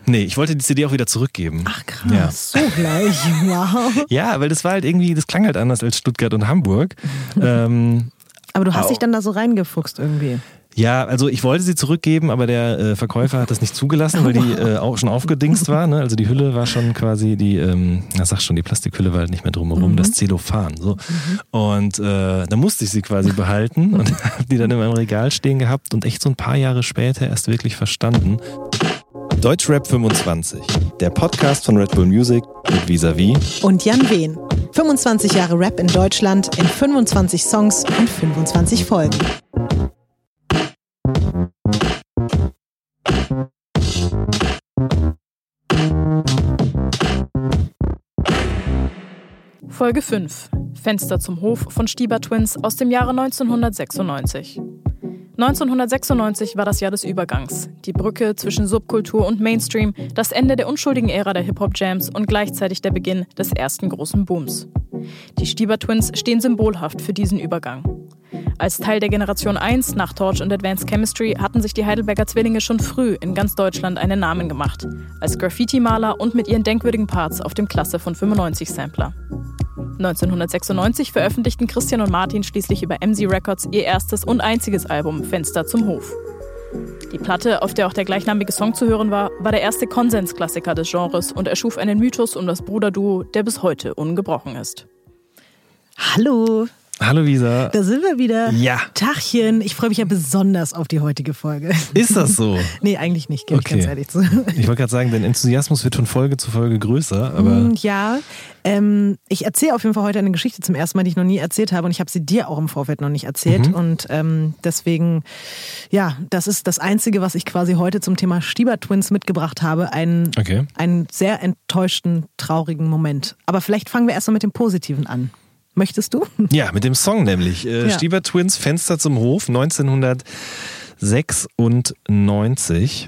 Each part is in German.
Nee, ich wollte die CD auch wieder zurückgeben. Ach krass, so gleich, wow. Ja, weil das war halt irgendwie, das klang halt anders als Stuttgart und Hamburg. Aber du hast dich dann da so reingefuchst irgendwie. Ja, also ich wollte sie zurückgeben, aber der Verkäufer hat das nicht zugelassen, weil die auch schon aufgedingst war. Ne? Also die Hülle war schon quasi die Plastikhülle war halt nicht mehr drumherum, das Zellophan. So. Und da musste ich sie quasi behalten und habe die dann in meinem Regal stehen gehabt und echt so ein paar Jahre später erst wirklich verstanden. Deutschrap 25, der Podcast von Red Bull Music mit Vis-a-vis und Jan Wehn. 25 Jahre Rap in Deutschland in 25 Songs und 25 Folgen. Folge 5. Fenster zum Hof von Stieber Twins aus dem Jahre 1996. 1996 war das Jahr des Übergangs. Die Brücke zwischen Subkultur und Mainstream, das Ende der unschuldigen Ära der Hip-Hop-Jams und gleichzeitig der Beginn des ersten großen Booms. Die Stieber Twins stehen symbolhaft für diesen Übergang. Als Teil der Generation 1 nach Torch und Advanced Chemistry hatten sich die Heidelberger Zwillinge schon früh in ganz Deutschland einen Namen gemacht. Als Graffiti-Maler und mit ihren denkwürdigen Parts auf dem Klasse von 95 Sampler. 1996 veröffentlichten Christian und Martin schließlich über MC Records ihr erstes und einziges Album Fenster zum Hof. Die Platte, auf der auch der gleichnamige Song zu hören war, war der erste Konsensklassiker des Genres und erschuf einen Mythos um das Bruderduo, der bis heute ungebrochen ist. Hallo. Hallo Visa. Da sind wir wieder. Ja. Tachchen. Ich freue mich ja besonders auf die heutige Folge. Ist das so? Nee, eigentlich nicht, gebe ich ganz ehrlich zu. Ich wollte gerade sagen, dein Enthusiasmus wird von Folge zu Folge größer. Aber ja, ich erzähle auf jeden Fall heute eine Geschichte zum ersten Mal, die ich noch nie erzählt habe. Und ich habe sie dir auch im Vorfeld noch nicht erzählt. Und deswegen, ja, das ist das Einzige, was ich quasi heute zum Thema Stieber Twins mitgebracht habe. Einen sehr enttäuschten, traurigen Moment. Aber vielleicht fangen wir erst mal mit dem Positiven an. Möchtest du? Ja, mit dem Song nämlich. Stieber Twins, Fenster zum Hof, 1996.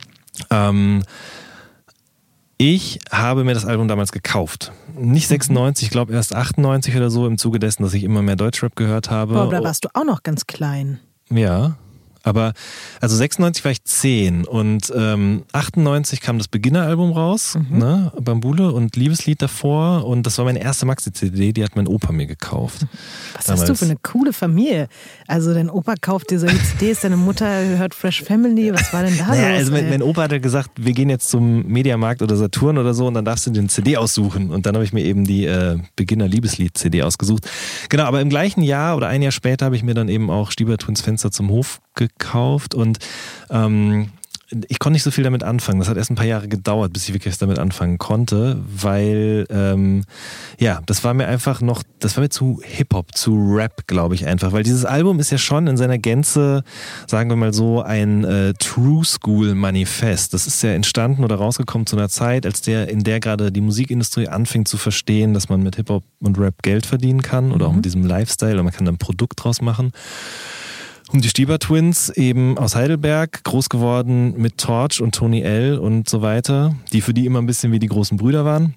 Ich habe mir das Album damals gekauft. Nicht 96, ich glaube erst 98 oder so, im Zuge dessen, dass ich immer mehr Deutschrap gehört habe. Boah, da warst du auch noch ganz klein. Ja. Aber, also 96 war ich 10 und 98 kam das Beginner-Album raus, ne, Bambule und Liebeslied davor und das war meine erste Maxi-CD, die hat mein Opa mir gekauft. Was damals. Hast du für eine coole Familie? Also dein Opa kauft dir solche CDs, deine Mutter hört Fresh Family, was war denn da los? Also mein Opa hat gesagt, wir gehen jetzt zum Mediamarkt oder Saturn oder so und dann darfst du dir eine CD aussuchen und dann habe ich mir eben die Beginner-Liebeslied-CD ausgesucht. Genau, aber im gleichen Jahr oder ein Jahr später habe ich mir dann eben auch Stieber Twins Fenster zum Hof gekauft und ich konnte nicht so viel damit anfangen. Das hat erst ein paar Jahre gedauert, bis ich wirklich damit anfangen konnte, weil das war mir einfach noch, das war mir zu Hip-Hop, zu Rap, glaube ich einfach, weil dieses Album ist ja schon in seiner Gänze, sagen wir mal so, ein True School Manifest. Das ist ja entstanden oder rausgekommen zu einer Zeit, in der gerade die Musikindustrie anfing zu verstehen, dass man mit Hip-Hop und Rap Geld verdienen kann oder auch mit diesem Lifestyle oder man kann da ein Produkt draus machen. Und die Stieber Twins eben aus Heidelberg, groß geworden mit Torch und Tony L. und so weiter, die für die immer ein bisschen wie die großen Brüder waren,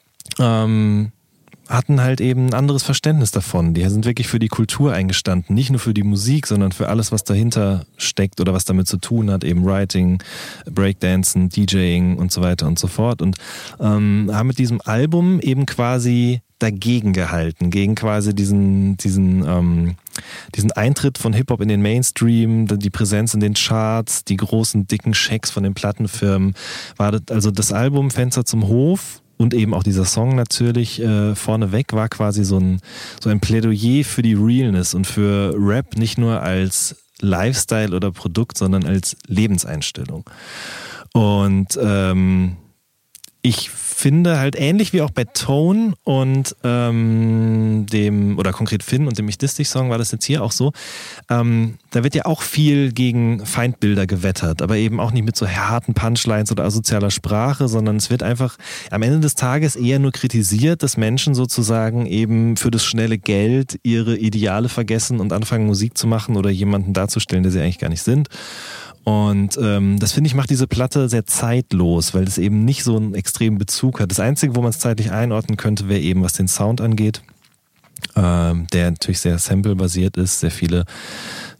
hatten halt eben ein anderes Verständnis davon. Die sind wirklich für die Kultur eingestanden, nicht nur für die Musik, sondern für alles, was dahinter steckt oder was damit zu tun hat, eben Writing, Breakdancen, DJing und so weiter und so fort. Und haben mit diesem Album eben quasi dagegen gehalten, gegen quasi diesen Eintritt von Hip-Hop in den Mainstream, die Präsenz in den Charts, die großen, dicken Schecks von den Plattenfirmen. Also das Album Fenster zum Hof und eben auch dieser Song natürlich vorneweg war quasi so ein Plädoyer für die Realness und für Rap nicht nur als Lifestyle oder Produkt, sondern als Lebenseinstellung. Und ich finde halt ähnlich wie auch bei Tone und konkret Finn und dem Ich Diss Dich Song war das jetzt hier auch so, da wird ja auch viel gegen Feindbilder gewettert, aber eben auch nicht mit so harten Punchlines oder asozialer Sprache, sondern es wird einfach am Ende des Tages eher nur kritisiert, dass Menschen sozusagen eben für das schnelle Geld ihre Ideale vergessen und anfangen Musik zu machen oder jemanden darzustellen, der sie eigentlich gar nicht sind. Und das finde ich macht diese Platte sehr zeitlos, weil es eben nicht so einen extremen Bezug hat. Das Einzige, wo man es zeitlich einordnen könnte, wäre eben, was den Sound angeht, der natürlich sehr sample-basiert ist, sehr viele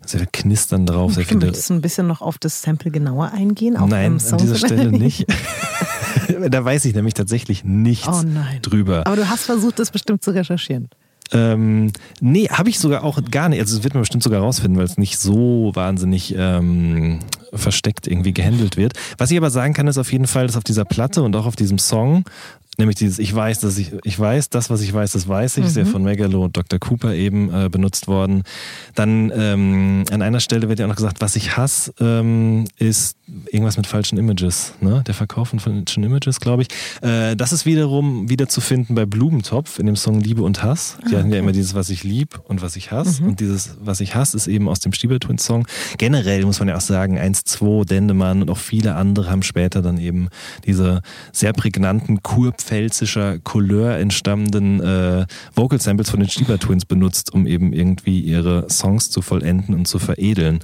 sehr viel Knistern drauf. Sehr viele. Möchtest du ein bisschen noch auf das Sample genauer eingehen? Nein, an dieser Stelle nicht. Da weiß ich nämlich tatsächlich nichts drüber. Aber du hast versucht, das bestimmt zu recherchieren. Nee, habe ich sogar auch gar nicht. Also das wird man bestimmt sogar rausfinden, weil es nicht so wahnsinnig versteckt irgendwie gehandelt wird. Was ich aber sagen kann, ist auf jeden Fall, dass auf dieser Platte und auch auf diesem Song, nämlich dieses ich weiß, das, was ich weiß, das weiß ich, ist ja von Megalo und Dr. Cooper eben benutzt worden. Dann an einer Stelle wird ja auch noch gesagt, was ich hasse, ist irgendwas mit falschen Images, ne? Der Verkauf von falschen Images, glaube ich. Das ist wiederum wieder zu finden bei Blumentopf in dem Song Liebe und Hass. Die hatten ja immer dieses, was ich lieb und was ich hasse. Und dieses, was ich hasse, ist eben aus dem Stieber Twins Song. Generell muss man ja auch sagen, 1-2, Dendemann und auch viele andere haben später dann eben diese sehr prägnanten kurpfälzischer Couleur entstammenden Vocal Samples von den Stieber Twins benutzt, um eben irgendwie ihre Songs zu vollenden und zu veredeln.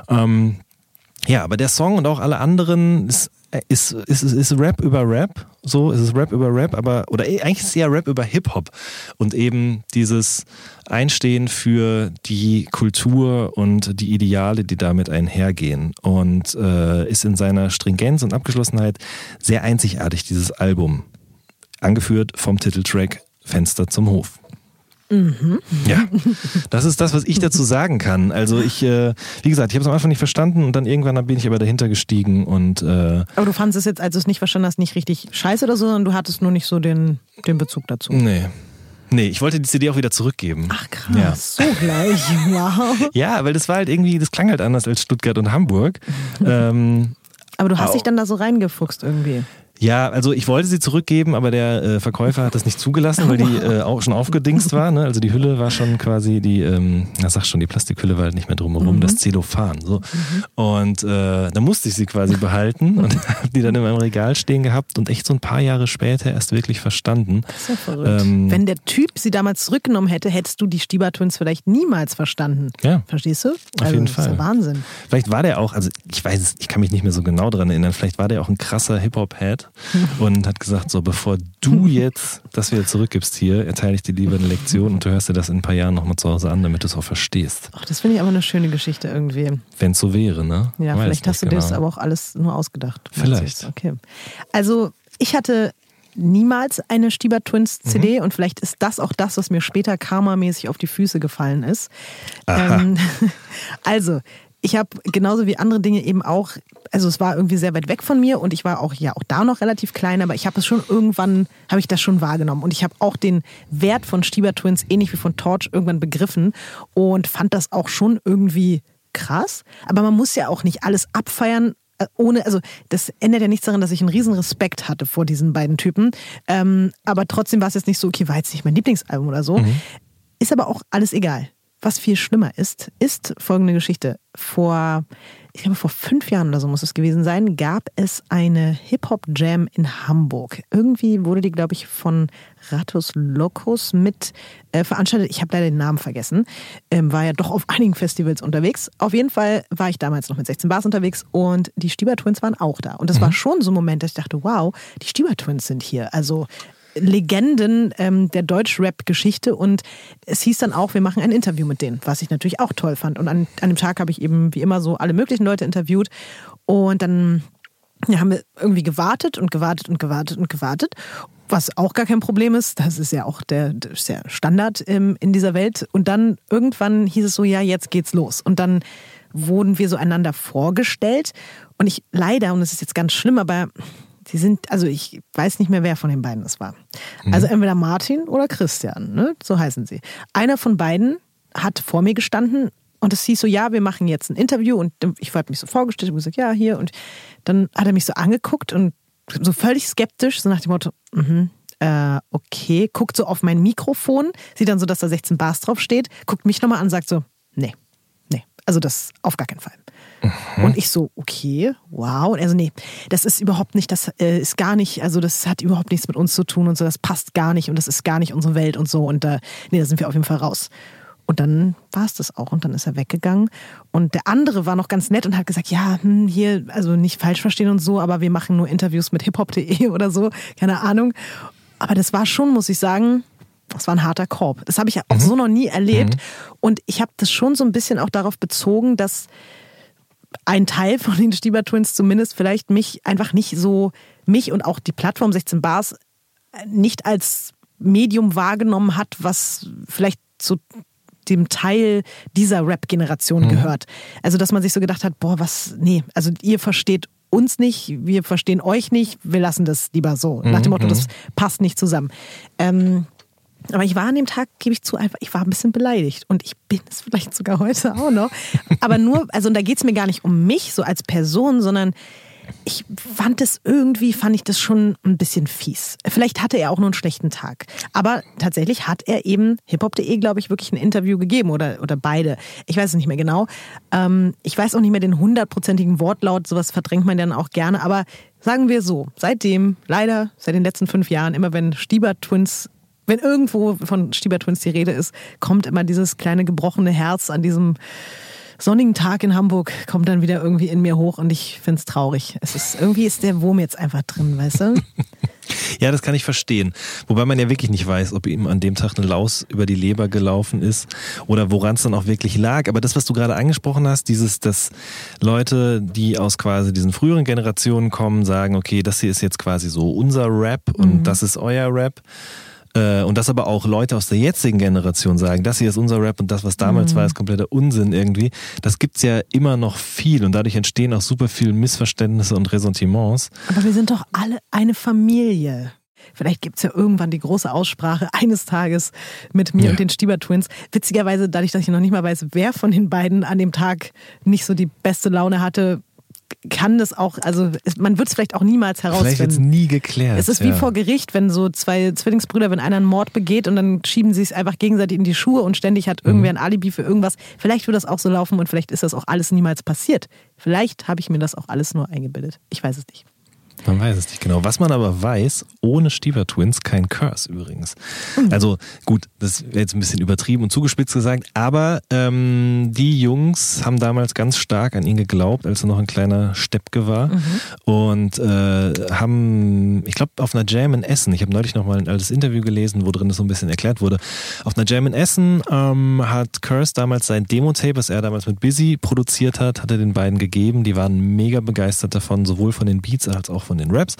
Ja, aber der Song und auch alle anderen ist Rap über Rap, so ist es Rap über Rap, oder eigentlich ist es eher Rap über Hip-Hop und eben dieses Einstehen für die Kultur und die Ideale, die damit einhergehen und ist in seiner Stringenz und Abgeschlossenheit sehr einzigartig, dieses Album, angeführt vom Titeltrack Fenster zum Hof. Ja, das ist das, was ich dazu sagen kann. Also wie gesagt, ich habe es am Anfang nicht verstanden und dann irgendwann bin ich aber dahinter gestiegen und Aber du fandest es jetzt, als du es nicht verstanden hast, nicht richtig scheiße oder so, sondern du hattest nur nicht so den Bezug dazu. Nee, ich wollte die CD auch wieder zurückgeben. Ach krass, ja. So gleich, wow. Ja, weil das war halt irgendwie, das klang halt anders als Stuttgart und Hamburg. Aber du hast dich dann da so reingefuchst irgendwie. Ja, also ich wollte sie zurückgeben, aber der Verkäufer hat das nicht zugelassen, weil die auch schon aufgedingst war. Ne? Also die Hülle war schon quasi die Plastikhülle war halt nicht mehr drumherum, das Zellophan. So. Und da musste ich sie quasi behalten und habe die dann in meinem Regal stehen gehabt und echt so ein paar Jahre später erst wirklich verstanden. Das ist ja verrückt. Wenn der Typ sie damals zurückgenommen hätte, hättest du die Stieber Twins vielleicht niemals verstanden. Ja. Verstehst du? Auf jeden Fall. Das ist ja Wahnsinn. Vielleicht war der auch, also ich weiß es, ich kann mich nicht mehr so genau daran erinnern, vielleicht war der auch ein krasser Hip-Hop-Head und hat gesagt, so bevor du jetzt das wieder zurückgibst hier, erteile ich dir lieber eine Lektion und du hörst dir das in ein paar Jahren nochmal zu Hause an, damit du es auch verstehst. Ach, das finde ich aber eine schöne Geschichte irgendwie. Wenn es so wäre, ne? Ja, vielleicht hast du dir das aber auch alles nur ausgedacht. Vielleicht. Okay. Also ich hatte niemals eine Stieber Twins CD und vielleicht ist das auch das, was mir später karmamäßig auf die Füße gefallen ist. Also, ich habe genauso wie andere Dinge eben auch, also es war irgendwie sehr weit weg von mir und ich war auch da noch relativ klein, aber ich habe es schon irgendwann, habe ich das schon wahrgenommen und ich habe auch den Wert von Stieber Twins ähnlich wie von Torch irgendwann begriffen und fand das auch schon irgendwie krass, aber man muss ja auch nicht alles abfeiern, also das ändert ja nichts daran, dass ich einen riesen Respekt hatte vor diesen beiden Typen, aber trotzdem war es jetzt nicht so, okay, war jetzt nicht mein Lieblingsalbum oder so, ist aber auch alles egal. Was viel schlimmer ist folgende Geschichte. Ich glaube vor 5 Jahren oder so muss es gewesen sein, gab es eine Hip-Hop-Jam in Hamburg. Irgendwie wurde die, glaube ich, von Ratus Locus mit veranstaltet. Ich habe leider den Namen vergessen. War ja doch auf einigen Festivals unterwegs. Auf jeden Fall war ich damals noch mit 16 Bars unterwegs und die Stieber Twins waren auch da. Und das war schon so ein Moment, dass ich dachte, wow, die Stieber Twins sind hier. Also Legenden der Deutsch-Rap-Geschichte und es hieß dann auch, wir machen ein Interview mit denen, was ich natürlich auch toll fand. Und an dem Tag habe ich eben wie immer so alle möglichen Leute interviewt und dann haben wir irgendwie gewartet, was auch gar kein Problem ist. Das ist ja auch der Standard in dieser Welt. Und dann irgendwann hieß es so, ja, jetzt geht's los. Und dann wurden wir so einander vorgestellt und ich leider, und das ist jetzt ganz schlimm, aber ich weiß nicht mehr, wer von den beiden es war. Also entweder Martin oder Christian, ne? So heißen sie. Einer von beiden hat vor mir gestanden und es hieß so, ja, wir machen jetzt ein Interview und ich habe mich so vorgestellt und gesagt, ja, hier. Und dann hat er mich so angeguckt und so völlig skeptisch, so nach dem Motto, okay, guckt so auf mein Mikrofon, sieht dann so, dass da 16 Bars drauf steht, guckt mich nochmal an und sagt so, nee, also das auf gar keinen Fall. Und ich so, okay, wow. Also nee, das ist überhaupt nicht, das ist gar nicht, also das hat überhaupt nichts mit uns zu tun und so, das passt gar nicht und das ist gar nicht unsere Welt und so und da sind wir auf jeden Fall raus. Und dann war es das auch und dann ist er weggegangen und der andere war noch ganz nett und hat gesagt, ja, hier, also nicht falsch verstehen und so, aber wir machen nur Interviews mit hiphop.de oder so, keine Ahnung. Aber das war schon, muss ich sagen, Das war ein harter Korb. Das habe ich ja auch so noch nie erlebt. Und ich habe das schon so ein bisschen auch darauf bezogen, dass ein Teil von den Stieber Twins zumindest vielleicht mich und auch die Plattform 16 Bars nicht als Medium wahrgenommen hat, was vielleicht zu dem Teil dieser Rap-Generation gehört. Also, dass man sich so gedacht hat, also ihr versteht uns nicht, wir verstehen euch nicht, wir lassen das lieber so. Nach dem Motto, das passt nicht zusammen. Aber ich war an dem Tag, gebe ich zu, einfach, ich war ein bisschen beleidigt. Und ich bin es vielleicht sogar heute auch noch. Aber nur, also da geht es mir gar nicht um mich so als Person, sondern ich fand ich das schon ein bisschen fies. Vielleicht hatte er auch nur einen schlechten Tag. Aber tatsächlich hat er eben hiphop.de, glaube ich, wirklich ein Interview gegeben oder beide. Ich weiß es nicht mehr genau. Ich weiß auch nicht mehr den 100%igen Wortlaut. Sowas verdrängt man dann auch gerne. Aber sagen wir so, seitdem, leider seit den letzten 5 Jahren, immer wenn irgendwo von Stieber Twins die Rede ist, kommt immer dieses kleine gebrochene Herz an diesem sonnigen Tag in Hamburg, kommt dann wieder irgendwie in mir hoch und ich finde es traurig. Irgendwie ist der Wurm jetzt einfach drin, weißt du? Ja, das kann ich verstehen. Wobei man ja wirklich nicht weiß, ob ihm an dem Tag eine Laus über die Leber gelaufen ist oder woran es dann auch wirklich lag. Aber das, was du gerade angesprochen hast, dass Leute, die aus quasi diesen früheren Generationen kommen, sagen, okay, das hier ist jetzt quasi so unser Rap und das ist euer Rap. Und dass aber auch Leute aus der jetzigen Generation sagen, das hier ist unser Rap und das, was damals war, ist kompletter Unsinn irgendwie. Das gibt's ja immer noch viel und dadurch entstehen auch super viele Missverständnisse und Ressentiments. Aber wir sind doch alle eine Familie. Vielleicht gibt's ja irgendwann die große Aussprache eines Tages mit mir und den Stieber Twins. Witzigerweise, dadurch, dass ich noch nicht mal weiß, wer von den beiden an dem Tag nicht so die beste Laune hatte, kann das auch, also man wird es vielleicht auch niemals herausfinden. Vielleicht wird es nie geklärt. Es ist wie vor Gericht, wenn so 2 Zwillingsbrüder, wenn einer einen Mord begeht und dann schieben sie es einfach gegenseitig in die Schuhe und ständig hat irgendwer ein Alibi für irgendwas. Vielleicht wird das auch so laufen und vielleicht ist das auch alles niemals passiert. Vielleicht habe ich mir das auch alles nur eingebildet. Ich weiß es nicht. Man weiß es nicht genau. Was man aber weiß, ohne Stieber Twins kein Curse übrigens. Also gut, das wäre jetzt ein bisschen übertrieben und zugespitzt gesagt, aber die Jungs haben damals ganz stark an ihn geglaubt, als er noch ein kleiner Steppke war und haben, ich glaube auf einer Jam in Essen, ich habe neulich noch mal ein altes Interview gelesen, wo drin das so ein bisschen erklärt wurde, auf einer Jam in Essen hat Curse damals sein Demo-Tape, was er damals mit Busy produziert hat er den beiden gegeben, die waren mega begeistert davon, sowohl von den Beats als auch von den Raps.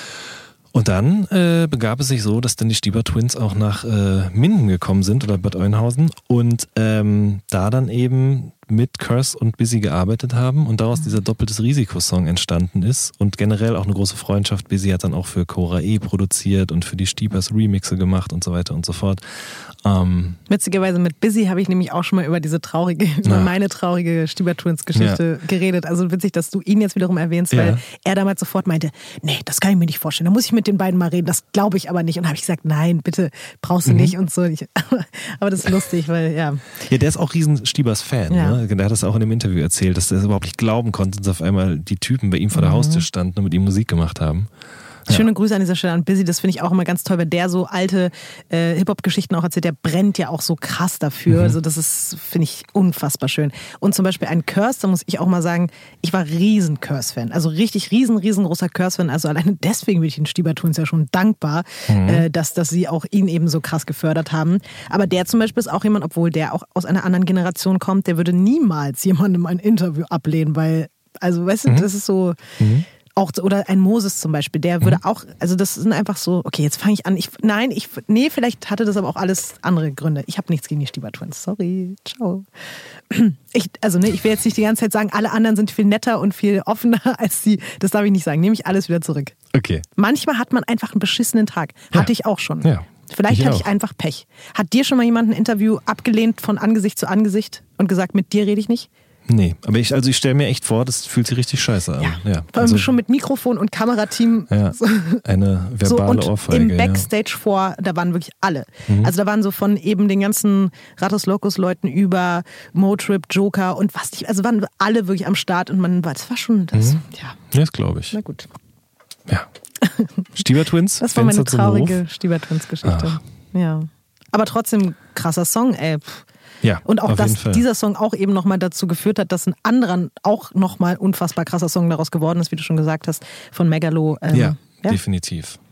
Und dann begab es sich so, dass dann die Stieber Twins auch nach Minden gekommen sind oder Bad Oeynhausen und da dann eben mit Curse und Busy gearbeitet haben und daraus dieser doppeltes Risiko-Song entstanden ist und generell auch eine große Freundschaft. Busy hat dann auch für Cora E produziert und für die Stiebers Remixe gemacht und so weiter und so fort. Witzigerweise mit Busy habe ich nämlich auch schon mal über meine traurige Stieber Twins Geschichte geredet. Also witzig, dass du ihn jetzt wiederum erwähnst, weil er damals sofort meinte, nee, das kann ich mir nicht vorstellen, da muss ich mit den beiden mal reden, das glaube ich aber nicht. Und da habe ich gesagt, nein, bitte, brauchst du nicht und so. Aber das ist lustig, weil Ja, der ist auch riesen Stiebers Fan, ne? Der hat das auch in dem Interview erzählt, dass der das überhaupt nicht glauben konnte, dass auf einmal die Typen bei ihm vor der Haustür standen und mit ihm Musik gemacht haben. Schöne Grüße an dieser Stelle an Busy, das finde ich auch immer ganz toll, weil der so alte Hip-Hop-Geschichten auch erzählt, der brennt ja auch so krass dafür, also das ist, finde ich, unfassbar schön. Und zum Beispiel ein Curse, da muss ich auch mal sagen, ich war riesen Curse-Fan, also richtig riesengroßer Curse-Fan, also alleine deswegen bin ich den Stieber Twins ja schon dankbar, dass sie auch ihn eben so krass gefördert haben. Aber der zum Beispiel ist auch jemand, obwohl der auch aus einer anderen Generation kommt, der würde niemals jemandem ein Interview ablehnen, weil, also weißt du, das ist so... Auch, oder ein Moses zum Beispiel, der würde auch, also das sind einfach so, okay, jetzt fange ich an, vielleicht hatte das aber auch alles andere Gründe. Ich habe nichts gegen die Stieber Twins, sorry, ciao. Ich will jetzt nicht die ganze Zeit sagen, alle anderen sind viel netter und viel offener als sie, das darf ich nicht sagen, nehme ich alles wieder zurück. Okay. Manchmal hat man einfach einen beschissenen Tag, hatte ich auch schon. Ja. Vielleicht hatte ich einfach Pech. Hat dir schon mal jemand ein Interview abgelehnt von Angesicht zu Angesicht und gesagt, mit dir rede ich nicht? Nee, aber ich stelle mir echt vor, das fühlt sich richtig scheiße an. Ja. Vor allem schon mit Mikrofon und Kamerateam. Ja, eine verbale Ohrfeige. Im Backstage da waren wirklich alle. Also da waren so von eben den ganzen Ratos Locos Leuten über Motrip, Joker und was nicht, also waren alle wirklich am Start und das war schon das, Ja, das glaube ich. Na gut. Ja. Stieber Twins? Das war meine traurige Stieber Twins Geschichte. Ja. Aber trotzdem krasser Song, ey. Ja, und auch, dass dieser Song auch eben nochmal dazu geführt hat, dass ein anderer auch nochmal unfassbar krasser Song daraus geworden ist, wie du schon gesagt hast, von Megalo. Ja, definitiv.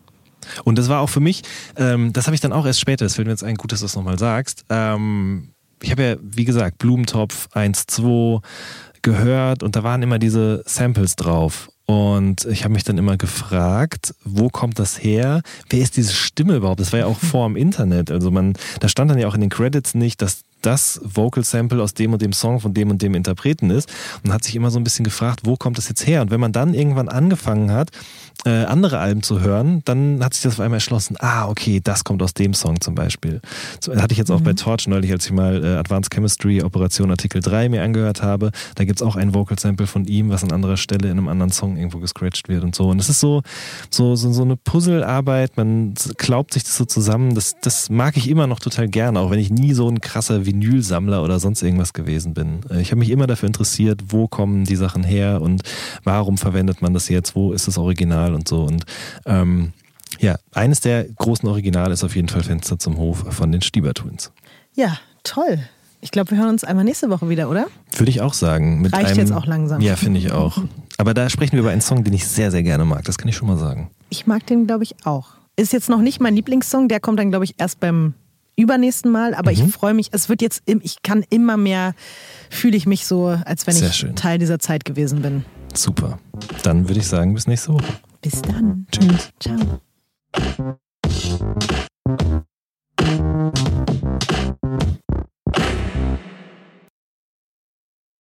Und das war auch für mich, das habe ich dann auch erst später, das fällt mir jetzt ein, gut, dass du das nochmal sagst. Ich habe ja, wie gesagt, Blumentopf 1-2 gehört und da waren immer diese Samples drauf. Und ich habe mich dann immer gefragt, wo kommt das her? Wer ist diese Stimme überhaupt? Das war ja auch vor dem Internet. Also da stand dann ja auch in den Credits nicht, dass das Vocal Sample aus dem und dem Song von dem und dem Interpreten ist. Und hat sich immer so ein bisschen gefragt, wo kommt das jetzt her? Und wenn man dann irgendwann angefangen hat, andere Alben zu hören, dann hat sich das auf einmal erschlossen, okay, das kommt aus dem Song zum Beispiel. Das hatte ich jetzt auch bei Torch neulich, als ich mal Advanced Chemistry Operation Artikel 3 mir angehört habe. Da gibt es auch ein Vocal Sample von ihm, was an anderer Stelle in einem anderen Song irgendwo gescratcht wird und so. Und es ist so eine Puzzlearbeit, man klaubt sich das so zusammen. Das mag ich immer noch total gerne, auch wenn ich nie so ein krasser Vinylsammler oder sonst irgendwas gewesen bin. Ich habe mich immer dafür interessiert, wo kommen die Sachen her und warum verwendet man das jetzt, wo ist das Original und so. Und eines der großen Originale ist auf jeden Fall Fenster zum Hof von den Stieber Twins. Ja, toll. Ich glaube, wir hören uns einmal nächste Woche wieder, oder? Würde ich auch sagen. Reicht jetzt auch langsam. Ja, finde ich auch. Aber da sprechen wir über einen Song, den ich sehr, sehr gerne mag. Das kann ich schon mal sagen. Ich mag den, glaube ich, auch. Ist jetzt noch nicht mein Lieblingssong. Der kommt dann, glaube ich, erst beim übernächsten Mal. Aber ich freue mich. Es wird jetzt, ich kann immer mehr, fühle ich mich so, als wenn ich Teil dieser Zeit gewesen bin. Super. Dann würde ich sagen, bis nächste Woche. Bis dann. Tschüss. Ciao.